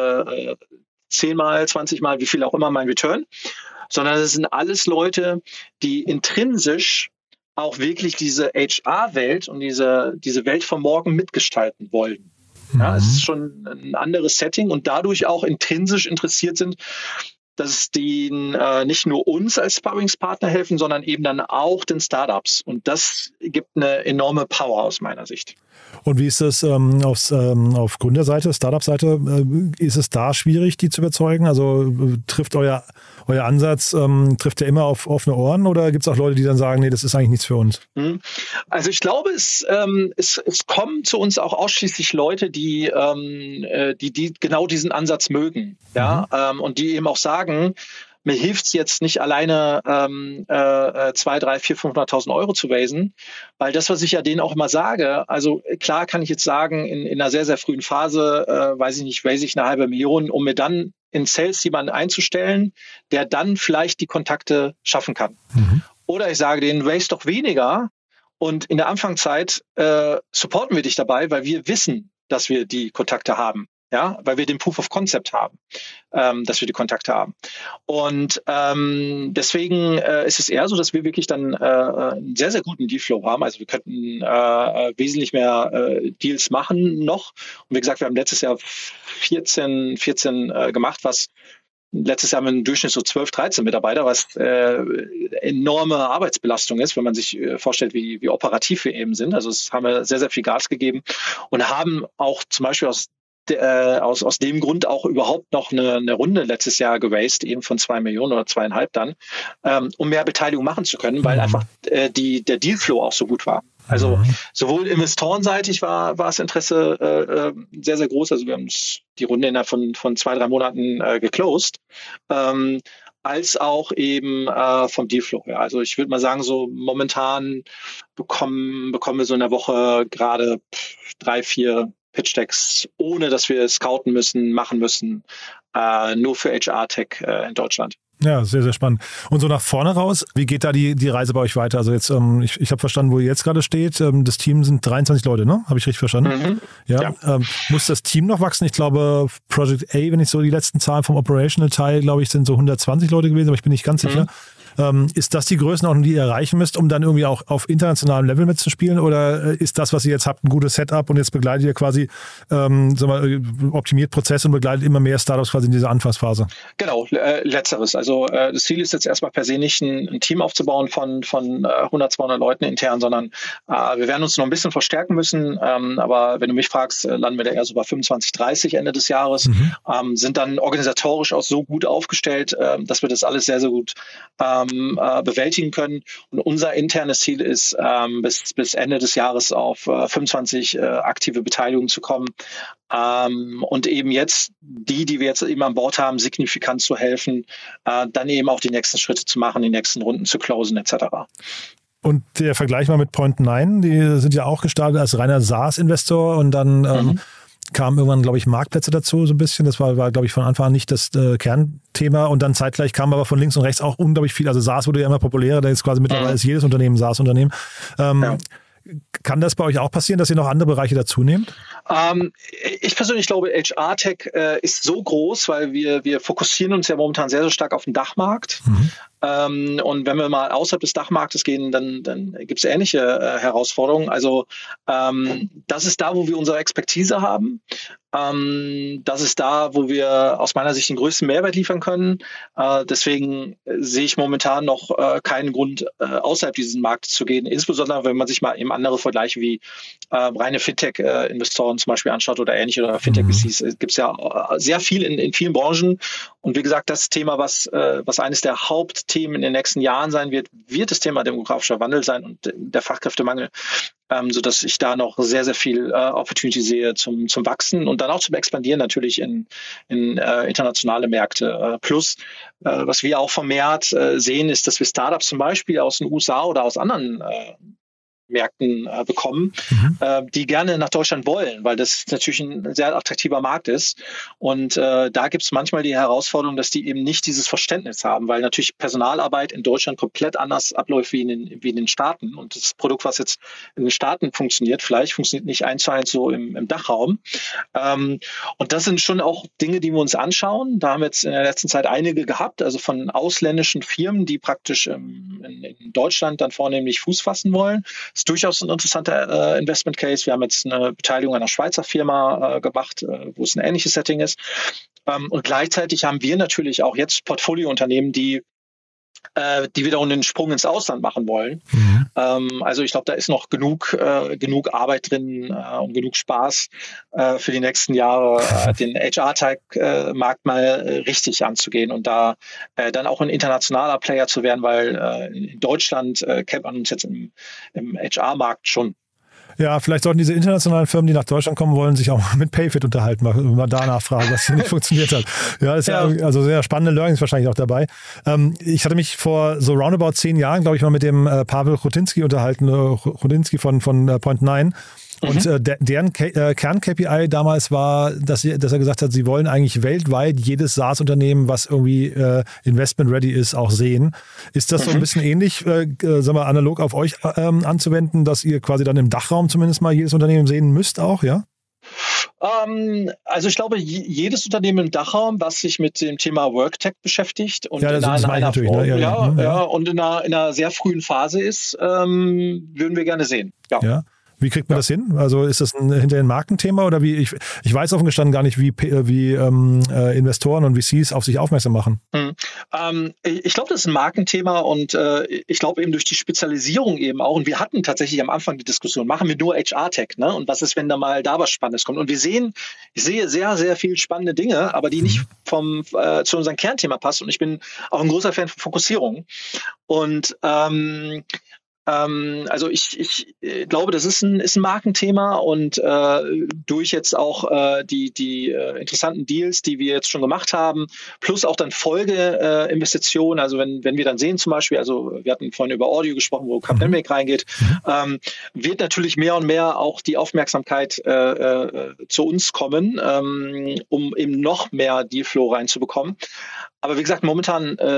10-mal, 20-mal, wie viel auch immer mein Return. Sondern das sind alles Leute, die intrinsisch auch wirklich diese HR-Welt und diese Welt von morgen mitgestalten wollen. Ja, es ist schon ein anderes Setting und dadurch auch intrinsisch interessiert sind, dass die nicht nur uns als Sparringspartner helfen, sondern eben dann auch den Startups. Und das gibt eine enorme Power aus meiner Sicht.
Und wie ist das auf Gründerseite, Startup-Seite? Ist es da schwierig, die zu überzeugen? Also trifft euer Ansatz, trifft der immer auf offene Ohren oder gibt es auch Leute, die dann sagen, nee, das ist eigentlich nichts für uns?
Also ich glaube, es kommen zu uns auch ausschließlich Leute, die genau diesen Ansatz mögen. Ja? Und die eben auch sagen, mir hilft es jetzt nicht alleine 200.000, 300.000, 400.000, 500.000 Euro zu raisen, weil das, was ich ja denen auch immer sage, also klar kann ich jetzt sagen, in einer sehr, sehr frühen Phase, raise ich 500.000, um mir dann in Sales jemanden einzustellen, der dann vielleicht die Kontakte schaffen kann. Oder ich sage denen, raise doch weniger und in der Anfangszeit supporten wir dich dabei, weil wir wissen, dass wir die Kontakte haben. Ja, weil wir den Proof of Concept haben, dass wir die Kontakte haben. Und deswegen ist es eher so, dass wir wirklich dann einen sehr, sehr guten Dealflow haben. Also wir könnten wesentlich mehr Deals machen noch. Und wie gesagt, wir haben letztes Jahr 14 gemacht, was letztes Jahr haben wir im Durchschnitt so 12, 13 Mitarbeiter, was enorme Arbeitsbelastung ist, wenn man sich vorstellt, wie operativ wir eben sind. Also es haben wir sehr, sehr viel Gas gegeben und haben auch zum Beispiel aus dem Grund auch überhaupt noch eine Runde letztes Jahr geraced, eben von 2 Millionen oder 2,5 dann, um mehr Beteiligung machen zu können, weil einfach der Dealflow auch so gut war. Also sowohl investorenseitig war das Interesse sehr, sehr groß. Also wir haben die Runde innerhalb von 2-3 Monaten geclosed. Als auch eben vom Dealflow her. Also ich würde mal sagen, so momentan bekommen wir so in der Woche gerade 3-4 Pitch-Decks, ohne dass wir scouten müssen, machen müssen, nur für HR-Tech in Deutschland.
Ja, sehr, sehr spannend. Und so nach vorne raus, wie geht da die Reise bei euch weiter? Also jetzt, ich habe verstanden, wo ihr jetzt gerade steht. Das Team sind 23 Leute, ne? Habe ich richtig verstanden? Ja. Muss das Team noch wachsen? Ich glaube, Project A, wenn ich so die letzten Zahlen vom Operational-Teil, glaube ich, sind so 120 Leute gewesen, aber ich bin nicht ganz sicher. Ist das die Größenordnung, die ihr erreichen müsst, um dann irgendwie auch auf internationalem Level mitzuspielen? Oder ist das, was ihr jetzt habt, ein gutes Setup und jetzt begleitet ihr quasi, optimiert Prozesse und begleitet immer mehr Startups quasi in dieser Anfangsphase?
Genau, letzteres. Also das Ziel ist jetzt erstmal per se nicht ein Team aufzubauen von 100, 200 Leuten intern, sondern wir werden uns noch ein bisschen verstärken müssen. Aber wenn du mich fragst, landen wir da eher so bei 25, 30 Ende des Jahres, sind dann organisatorisch auch so gut aufgestellt, dass wir das alles sehr, sehr gut bewältigen können. Und unser internes Ziel ist, bis Ende des Jahres auf 25 aktive Beteiligungen zu kommen. Und eben jetzt die wir jetzt eben an Bord haben, signifikant zu helfen, dann eben auch die nächsten Schritte zu machen, die nächsten Runden zu closen etc.
Und der Vergleich mal mit Point9, die sind ja auch gestartet als reiner SaaS-Investor und dann kamen irgendwann, glaube ich, Marktplätze dazu so ein bisschen. Das war glaube ich, von Anfang an nicht das Kernthema. Und dann zeitgleich kam aber von links und rechts auch unglaublich viel. Also SaaS wurde ja immer populärer. Da ist quasi mittlerweile ist jedes Unternehmen ein SaaS-Unternehmen. Kann das bei euch auch passieren, dass ihr noch andere Bereiche dazu nehmt?
Ich persönlich glaube, HR-Tech ist so groß, weil wir fokussieren uns ja momentan sehr, sehr stark auf den Dachmarkt. Und wenn wir mal außerhalb des Dachmarktes gehen, dann gibt es ähnliche Herausforderungen. Also das ist da, wo wir unsere Expertise haben. Das ist da, wo wir aus meiner Sicht den größten Mehrwert liefern können. Deswegen sehe ich momentan noch keinen Grund, außerhalb dieses Marktes zu gehen. Insbesondere, wenn man sich mal eben andere Vergleiche wie reine Fintech-Investoren zum Beispiel anschaut oder ähnliche oder Fintech-VCs. Gibt es ja sehr viel in vielen Branchen. Und wie gesagt, das Thema, was eines der Hauptthemen in den nächsten Jahren sein wird das Thema demografischer Wandel sein und der Fachkräftemangel. Sodass ich da noch sehr, sehr viel Opportunity sehe zum Wachsen und dann auch zum Expandieren natürlich in internationale Märkte. Plus, was wir auch vermehrt sehen, ist, dass wir Startups zum Beispiel aus den USA oder aus anderen Märkten bekommen, die gerne nach Deutschland wollen, weil das natürlich ein sehr attraktiver Markt ist. Und da gibt es manchmal die Herausforderung, dass die eben nicht dieses Verständnis haben, weil natürlich Personalarbeit in Deutschland komplett anders abläuft wie in den Staaten. Und das Produkt, was jetzt in den Staaten funktioniert, vielleicht funktioniert nicht 1:1 so im Dachraum. Und das sind schon auch Dinge, die wir uns anschauen. Da haben wir jetzt in der letzten Zeit einige gehabt, also von ausländischen Firmen, die praktisch in Deutschland dann vornehmlich Fuß fassen wollen. Ist durchaus ein interessanter Investment Case. Wir haben jetzt eine Beteiligung einer Schweizer Firma gemacht, wo es ein ähnliches Setting ist. Und gleichzeitig haben wir natürlich auch jetzt Portfoliounternehmen, die wiederum den Sprung ins Ausland machen wollen. Also ich glaube, da ist noch genug Arbeit drin und genug Spaß für die nächsten Jahre, den HR-Tech-Markt mal richtig anzugehen und da dann auch ein internationaler Player zu werden, weil in Deutschland kennt man uns jetzt im HR-Markt schon.
Ja, vielleicht sollten diese internationalen Firmen, die nach Deutschland kommen wollen, sich auch mit Payfit unterhalten, mal da nachfragen, was hier nicht funktioniert hat. Ja, ist ja also sehr spannende Learnings wahrscheinlich auch dabei. Ich hatte mich vor so roundabout 10 Jahren, glaube ich, mal mit dem Pavel Chudinski unterhalten, Chudinski von Point9. Und deren Kern-KPI damals war, dass er gesagt hat, sie wollen eigentlich weltweit jedes SaaS-Unternehmen, was irgendwie investment-ready ist, auch sehen. Ist das so ein bisschen ähnlich, sagen wir, analog auf euch anzuwenden, dass ihr quasi dann im Dachraum zumindest mal jedes Unternehmen sehen müsst auch, ja?
Also ich glaube, jedes Unternehmen im Dachraum, was sich mit dem Thema WorkTech beschäftigt und
und
in einer sehr frühen Phase ist, würden wir gerne sehen. Ja.
Wie kriegt man das hin? Also ist das hinterher ein Markenthema oder wie? Ich weiß offen gestanden gar nicht, wie Investoren und VCs auf sich aufmerksam machen.
Ich glaube, das ist ein Markenthema und ich glaube eben durch die Spezialisierung eben auch. Und wir hatten tatsächlich am Anfang die Diskussion, machen wir nur HR-Tech, ne? Und was ist, wenn da mal da was Spannendes kommt? Und ich sehe sehr, sehr viel spannende Dinge, aber die nicht zu unserem Kernthema passen. Und ich bin auch ein großer Fan von Fokussierung. Und also ich glaube, das ist ein Markenthema und durch jetzt auch die interessanten Deals, die wir jetzt schon gemacht haben, plus auch dann Folgeinvestitionen, also wenn wir dann sehen zum Beispiel, also wir hatten vorhin über Audio gesprochen, wo Capnemic reingeht, wird natürlich mehr und mehr auch die Aufmerksamkeit zu uns kommen, um eben noch mehr Dealflow reinzubekommen. Aber wie gesagt, momentan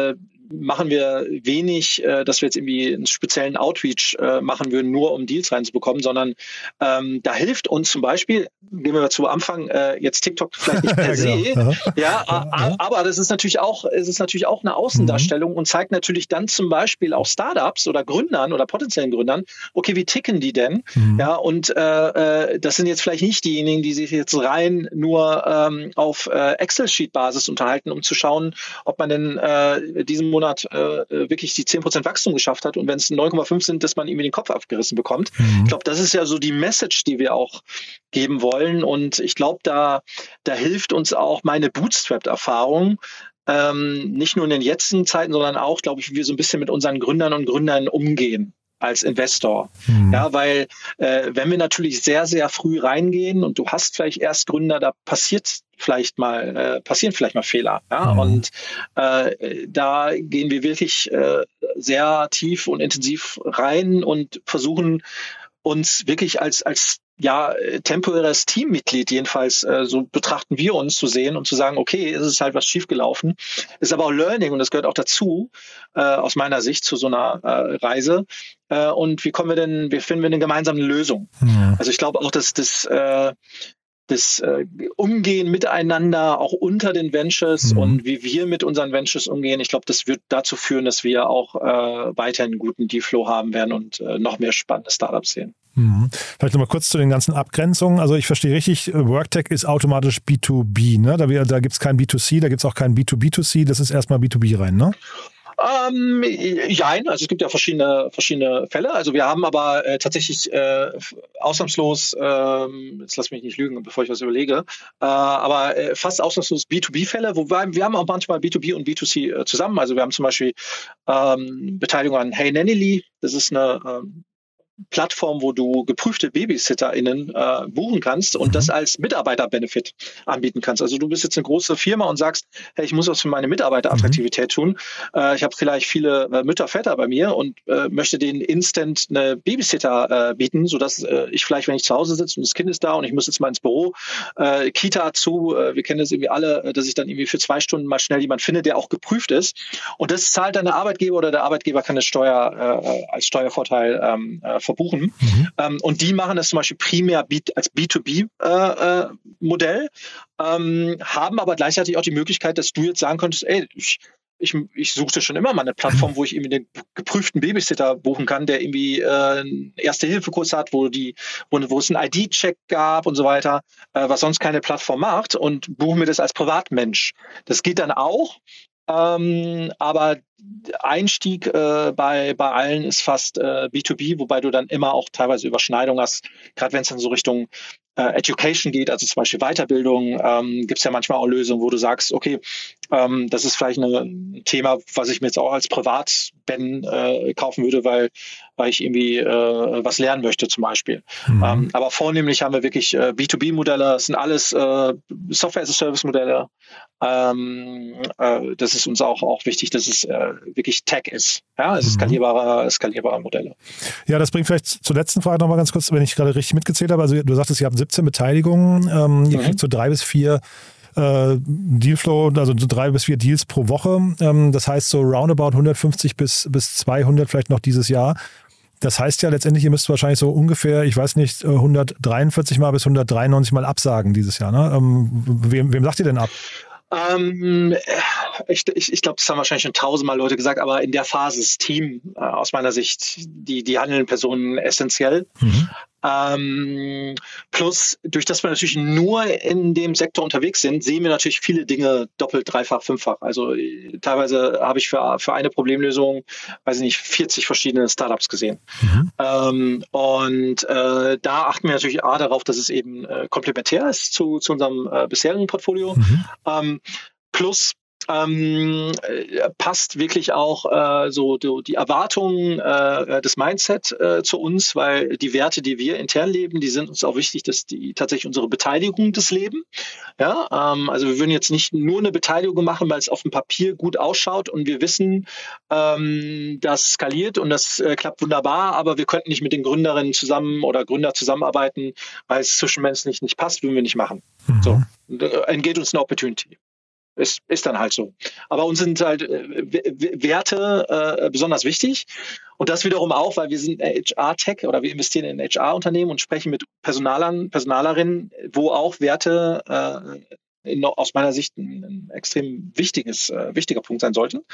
machen wir wenig, dass wir jetzt irgendwie einen speziellen Outreach machen würden, nur um Deals reinzubekommen, sondern da hilft uns zum Beispiel, gehen wir zu Anfang, jetzt TikTok vielleicht nicht per se, aber das ist natürlich auch eine Außendarstellung und zeigt natürlich dann zum Beispiel auch Startups oder Gründern oder potenziellen Gründern, okay, wie ticken die denn? Ja, und das sind jetzt vielleicht nicht diejenigen, die sich jetzt rein nur auf Excel-Sheet-Basis unterhalten, um zu schauen, ob man denn diesen Monat wirklich die 10% Wachstum geschafft hat und wenn es 9,5 sind, dass man irgendwie den Kopf abgerissen bekommt. Ich glaube, das ist ja so die Message, die wir auch geben wollen und ich glaube, da hilft uns auch meine Bootstrap-Erfahrung, nicht nur in den jetzigen Zeiten, sondern auch, glaube ich, wie wir so ein bisschen mit unseren Gründern und Gründern umgehen als Investor. Ja, weil wenn wir natürlich sehr, sehr früh reingehen und du hast vielleicht erst Gründer, da passieren vielleicht mal Fehler. Ja? Und da gehen wir wirklich sehr tief und intensiv rein und versuchen uns wirklich als temporäres Teammitglied jedenfalls, so betrachten wir uns zu sehen und zu sagen, okay, es ist halt was schiefgelaufen. Es ist aber auch Learning und das gehört auch dazu, aus meiner Sicht, zu so einer Reise. Und wie finden wir eine gemeinsame Lösung? Ja. Also ich glaube auch, dass das Umgehen miteinander, auch unter den Ventures und wie wir mit unseren Ventures umgehen, ich glaube, das wird dazu führen, dass wir auch weiterhin einen guten Dealflow haben werden und noch mehr spannende Startups sehen.
Vielleicht nochmal kurz zu den ganzen Abgrenzungen. Also ich verstehe richtig, Worktech ist automatisch B2B, ne? Da gibt es kein B2C, da gibt es auch kein B2B2C, das ist erstmal B2B rein, ne?
Nein, also es gibt ja verschiedene Fälle. Also wir haben aber tatsächlich ausnahmslos, jetzt lass mich nicht lügen, bevor ich was überlege, aber fast ausnahmslos B2B-Fälle, wobei wir haben auch manchmal B2B und B2C zusammen. Also wir haben zum Beispiel Beteiligung an Hey Nanny, das ist eine Plattform, wo du geprüfte BabysitterInnen buchen kannst und das als Mitarbeiter-Benefit anbieten kannst. Also du bist jetzt eine große Firma und sagst, hey, ich muss was für meine Mitarbeiterattraktivität tun. Ich habe vielleicht viele Mütter, Väter bei mir und möchte denen instant eine Babysitter bieten, sodass ich vielleicht, wenn ich zu Hause sitze und das Kind ist da und ich muss jetzt mal ins Büro, Kita zu, wir kennen das irgendwie alle, dass ich dann irgendwie für 2 Stunden mal schnell jemand finde, der auch geprüft ist. Und das zahlt dann der Arbeitgeber oder der Arbeitgeber kann das als Steuervorteil verbuchen. Und die machen das zum Beispiel primär als B2B-Modell, haben aber gleichzeitig auch die Möglichkeit, dass du jetzt sagen könntest, ey, ich suchte schon immer mal eine Plattform, wo ich irgendwie den geprüften Babysitter buchen kann, der irgendwie einen Erste-Hilfe-Kurs hat, wo es einen ID-Check gab und so weiter, was sonst keine Plattform macht und buchen mir das als Privatmensch. Das geht dann auch. Aber Einstieg bei allen ist fast B2B, wobei du dann immer auch teilweise Überschneidung hast, gerade wenn es dann so Richtung Education geht, also zum Beispiel Weiterbildung, gibt es ja manchmal auch Lösungen, wo du sagst, okay, das ist vielleicht ein Thema, was ich mir jetzt auch als Privat-Ben kaufen würde, weil ich irgendwie was lernen möchte zum Beispiel. Aber vornehmlich haben wir wirklich B2B-Modelle, das sind alles Software-as-a-Service-Modelle. Das ist uns auch wichtig, dass es wirklich Tech ist. Ja, es ist skalierbare Modelle.
Ja, das bringt vielleicht zur letzten Frage nochmal ganz kurz, wenn ich gerade richtig mitgezählt habe. Also du sagtest, ihr habt 17 Beteiligungen. Ihr kriegt so 3 bis 4 Dealflow, also so 3 bis 4 Deals pro Woche. Das heißt so roundabout 150 bis 200 vielleicht noch dieses Jahr. Das heißt ja letztendlich, ihr müsst wahrscheinlich so ungefähr, ich weiß nicht, 143 Mal bis 193 Mal absagen dieses Jahr. Ne? Wem sagt ihr denn ab?
Ich glaube, das haben wahrscheinlich schon 1000-mal Leute gesagt, aber in der Phase ist Team aus meiner Sicht die handelnden Personen essentiell. Plus, durch das wir natürlich nur in dem Sektor unterwegs sind, sehen wir natürlich viele Dinge doppelt, dreifach, fünffach. Also teilweise habe ich für eine Problemlösung, 40 verschiedene Startups gesehen. Und da achten wir natürlich darauf, dass es eben komplementär ist zu unserem bisherigen Portfolio. Plus passt wirklich auch so die Erwartungen, das Mindset zu uns, weil die Werte, die wir intern leben, die sind uns auch wichtig, dass die tatsächlich unsere Beteiligung des Leben. Ja, also wir würden jetzt nicht nur eine Beteiligung machen, weil es auf dem Papier gut ausschaut und wir wissen, das skaliert und das klappt wunderbar, aber wir könnten nicht mit den Gründerinnen zusammen oder Gründer zusammenarbeiten, weil es zwischenmenschlich nicht passt, würden wir nicht machen. So, entgeht uns eine Opportunity. Ist dann halt so. Aber uns sind halt Werte besonders wichtig. Und das wiederum auch, weil wir sind HR-Tech oder wir investieren in HR-Unternehmen und sprechen mit Personalerinnen, wo auch Werte aus meiner Sicht ein extrem wichtiger Punkt sein sollten.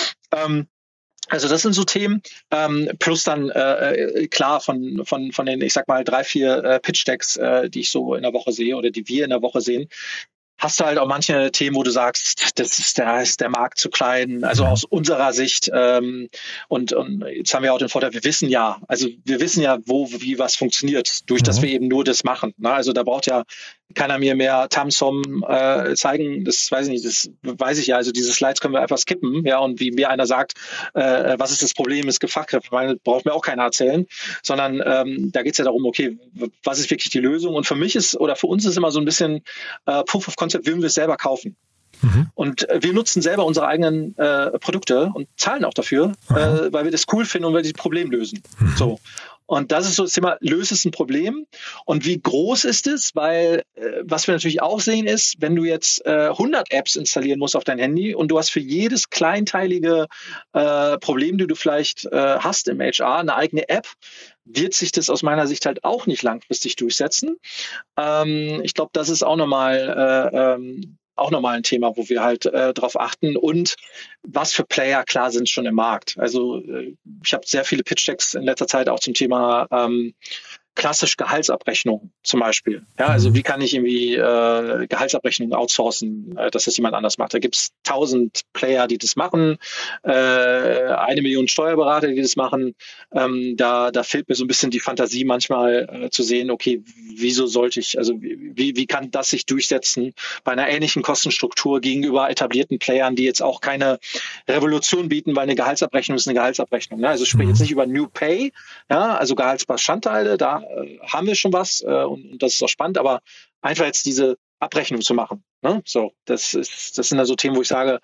Also das sind so Themen, plus dann klar von den, ich sag mal, 3-4 Pitch-Decks, die ich so in der Woche sehe oder die wir in der Woche sehen, hast du halt auch manche Themen, wo du sagst, da ist der Markt zu klein, also aus unserer Sicht. Und jetzt haben wir auch den Vorteil, wir wissen ja, wie was funktioniert, durch das wir eben nur das machen. Ne? Also da braucht ja keiner mir mehr Tamsom zeigen, das weiß ich ja, also diese Slides können wir einfach skippen, ja, und wie mir einer sagt, was ist das Problem, ist Fachkräfte, braucht mir auch keiner erzählen, sondern da geht es ja darum, okay, was ist wirklich die Lösung? Und für mich für uns ist immer so ein bisschen Proof of Concept, würden wir es selber kaufen. Und wir nutzen selber unsere eigenen Produkte und zahlen auch dafür, weil wir das cool finden und weil wir das Problem lösen. So. Und das ist so das Thema, löst es ein Problem? Und wie groß ist es? Weil was wir natürlich auch sehen ist, wenn du jetzt 100 Apps installieren musst auf dein Handy und du hast für jedes kleinteilige Problem, die du vielleicht hast im HR, eine eigene App, wird sich das aus meiner Sicht halt auch nicht langfristig durchsetzen. Ich glaube, das ist auch nochmal ein Thema, wo wir halt drauf achten und was für Player klar sind schon im Markt. Also ich habe sehr viele Pitch-Decks in letzter Zeit auch zum Thema klassisch Gehaltsabrechnung zum Beispiel. Ja, also wie kann ich irgendwie Gehaltsabrechnung outsourcen, dass das jemand anders macht. Da gibt es 1000 Player, die das machen, 1 Million Steuerberater, die das machen. Da fehlt mir so ein bisschen die Fantasie manchmal zu sehen, okay, wieso sollte ich, also wie kann das sich durchsetzen bei einer ähnlichen Kostenstruktur gegenüber etablierten Playern, die jetzt auch keine Revolution bieten, weil eine Gehaltsabrechnung ist eine Gehaltsabrechnung. Ne? Also ich spreche jetzt nicht über New Pay, ja, also Gehaltsbestandteile, da haben wir schon was und das ist auch spannend, aber einfach jetzt diese Abrechnung zu machen. Ne? So, das sind dann so Themen, wo ich sage,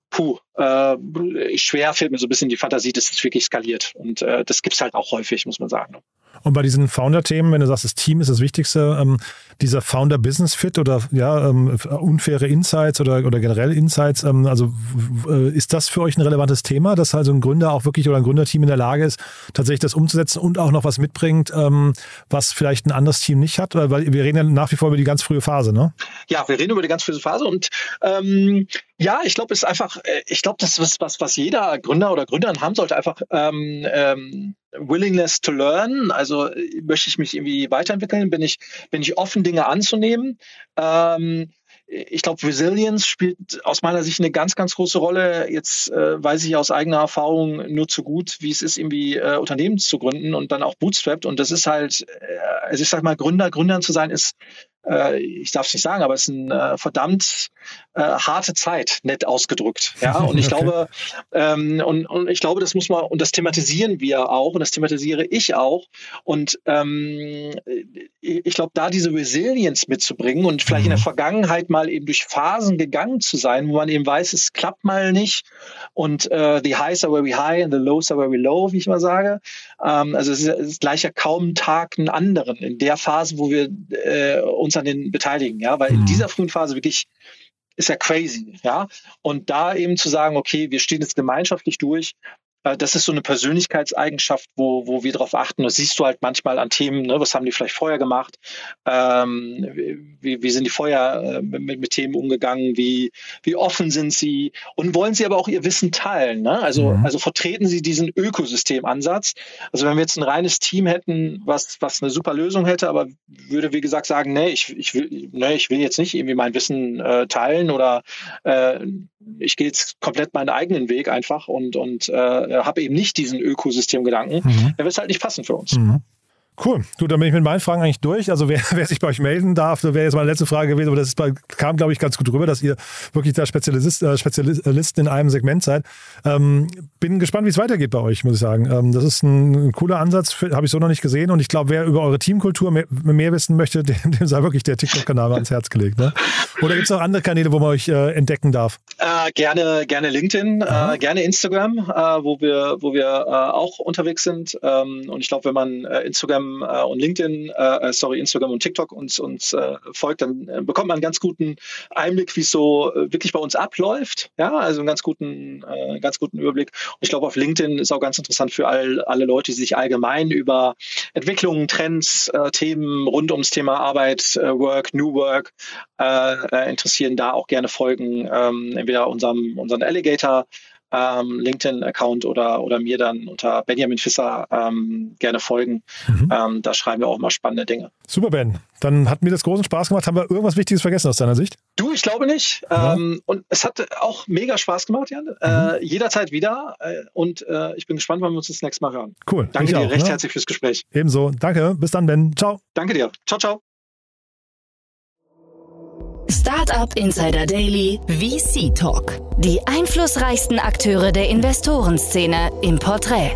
schwer fehlt mir so ein bisschen die Fantasie, dass es wirklich skaliert. Und das gibt es halt auch häufig, muss man sagen.
Und bei diesen Founder-Themen, wenn du sagst, das Team ist das Wichtigste, dieser Founder-Business-Fit oder unfaire Insights oder generell Insights, ist das für euch ein relevantes Thema, dass also ein Gründer auch wirklich oder ein Gründerteam in der Lage ist, tatsächlich das umzusetzen und auch noch was mitbringt, was vielleicht ein anderes Team nicht hat? Weil wir reden ja nach wie vor über die ganz frühe Phase, ne? Ja, wir reden über die ganz frühe Phase und ich glaube, es ist einfach, das ist was jeder Gründer oder Gründerin haben sollte, einfach Willingness to learn, also möchte ich mich irgendwie weiterentwickeln, bin ich offen, Dinge anzunehmen. Ich glaube, Resilience spielt aus meiner Sicht eine ganz, ganz große Rolle. Jetzt weiß ich aus eigener Erfahrung nur zu gut, wie es ist, irgendwie Unternehmen zu gründen und dann auch bootstrapped. Und das ist halt, also ich sag mal, Gründern zu sein ist, ich darf es nicht sagen, aber es ist eine verdammt harte Zeit, nett ausgedrückt. Ja, und ich glaube, und ich glaube, das muss man, und das thematisieren wir auch, und das thematisiere ich auch. Und ich glaube, da diese Resilience mitzubringen und vielleicht in der Vergangenheit mal eben durch Phasen gegangen zu sein, wo man eben weiß, es klappt mal nicht und the highs are very high and the lows are very low, wie ich mal sage. Also es ist gleich ja kaum ein Tag einen anderen in der Phase, wo wir uns an den beteiligen, ja, weil in dieser frühen Phase wirklich ist ja crazy, ja, und da eben zu sagen, okay, wir stehen jetzt gemeinschaftlich durch, das ist so eine Persönlichkeitseigenschaft, wo wir darauf achten. Das siehst du halt manchmal an Themen, ne? Was haben die vielleicht vorher gemacht? Wie sind die vorher mit Themen umgegangen? Wie offen sind sie? Und wollen sie aber auch ihr Wissen teilen? Ne? Also vertreten sie diesen Ökosystemansatz? Also wenn wir jetzt ein reines Team hätten, was eine super Lösung hätte, aber würde, wie gesagt, sagen, ich will jetzt nicht irgendwie mein Wissen teilen oder ich gehe jetzt komplett meinen eigenen Weg einfach und habe eben nicht diesen Ökosystemgedanken, dann wird es halt nicht passen für uns. Cool. Du, dann bin ich mit meinen Fragen eigentlich durch. Also wer sich bei euch melden darf, wäre jetzt meine letzte Frage gewesen, aber das kam, glaube ich, ganz gut rüber, dass ihr wirklich da Spezialisten in einem Segment seid. Bin gespannt, wie es weitergeht bei euch, muss ich sagen. Das ist ein cooler Ansatz, habe ich so noch nicht gesehen. Und ich glaube, wer über eure Teamkultur mehr wissen möchte, dem sei wirklich der TikTok-Kanal ans Herz gelegt. Ne? Oder gibt es noch andere Kanäle, wo man euch entdecken darf? Gerne LinkedIn, gerne Instagram, wo wir auch unterwegs sind. Und ich glaube, wenn man Instagram
Instagram und Instagram und TikTok uns folgt, dann bekommt man einen ganz guten Einblick, wie es so wirklich bei uns abläuft. Ja, also einen ganz guten Überblick. Und ich glaube, auf LinkedIn ist auch ganz interessant für alle Leute, die sich allgemein über Entwicklungen, Trends, Themen rund ums Thema Arbeit, Work, New Work interessieren, da auch gerne folgen. Entweder unseren Alligator LinkedIn-Account oder mir dann unter Benjamin Visser gerne folgen. Da schreiben wir auch mal spannende Dinge.
Super, Ben. Dann hat mir das großen Spaß gemacht. Haben wir irgendwas Wichtiges vergessen aus deiner Sicht?
Du, ich glaube nicht. Ja. Und es hat auch mega Spaß gemacht, Jan. Jederzeit wieder. Und ich bin gespannt, wann wir uns das nächste Mal hören.
Cool.
Danke dir recht herzlich fürs Gespräch.
Ebenso. Danke. Bis dann, Ben. Ciao.
Danke dir. Ciao, ciao.
Startup Insider Daily VC Talk. Die einflussreichsten Akteure der Investorenszene im Porträt.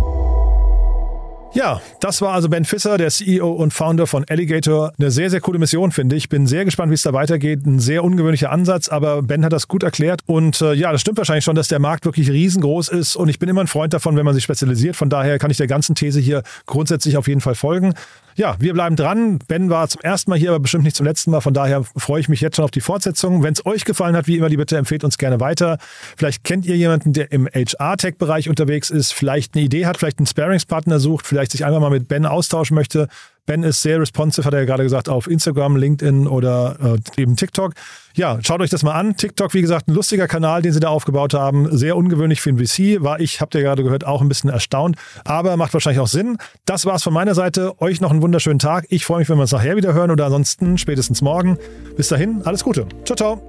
Ja, das war also Ben Visser, der CEO und Founder von Alligator. Eine sehr, sehr coole Mission, finde ich. Bin sehr gespannt, wie es da weitergeht. Ein sehr ungewöhnlicher Ansatz, aber Ben hat das gut erklärt. Und das stimmt wahrscheinlich schon, dass der Markt wirklich riesengroß ist. Und ich bin immer ein Freund davon, wenn man sich spezialisiert. Von daher kann ich der ganzen These hier grundsätzlich auf jeden Fall folgen. Ja, wir bleiben dran. Ben war zum ersten Mal hier, aber bestimmt nicht zum letzten Mal. Von daher freue ich mich jetzt schon auf die Fortsetzung. Wenn es euch gefallen hat, wie immer, die Bitte empfehlt uns gerne weiter. Vielleicht kennt ihr jemanden, der im HR-Tech-Bereich unterwegs ist, vielleicht eine Idee hat, vielleicht einen Sparringspartner sucht, vielleicht sich einfach mal mit Ben austauschen möchte. Ben ist sehr responsive, hat er ja gerade gesagt, auf Instagram, LinkedIn oder eben TikTok. Ja, schaut euch das mal an. TikTok, wie gesagt, ein lustiger Kanal, den sie da aufgebaut haben. Sehr ungewöhnlich für ein VC. Habt ihr gerade gehört, auch ein bisschen erstaunt. Aber macht wahrscheinlich auch Sinn. Das war's von meiner Seite. Euch noch einen wunderschönen Tag. Ich freue mich, wenn wir uns nachher wieder hören oder ansonsten spätestens morgen. Bis dahin, alles Gute. Ciao, ciao.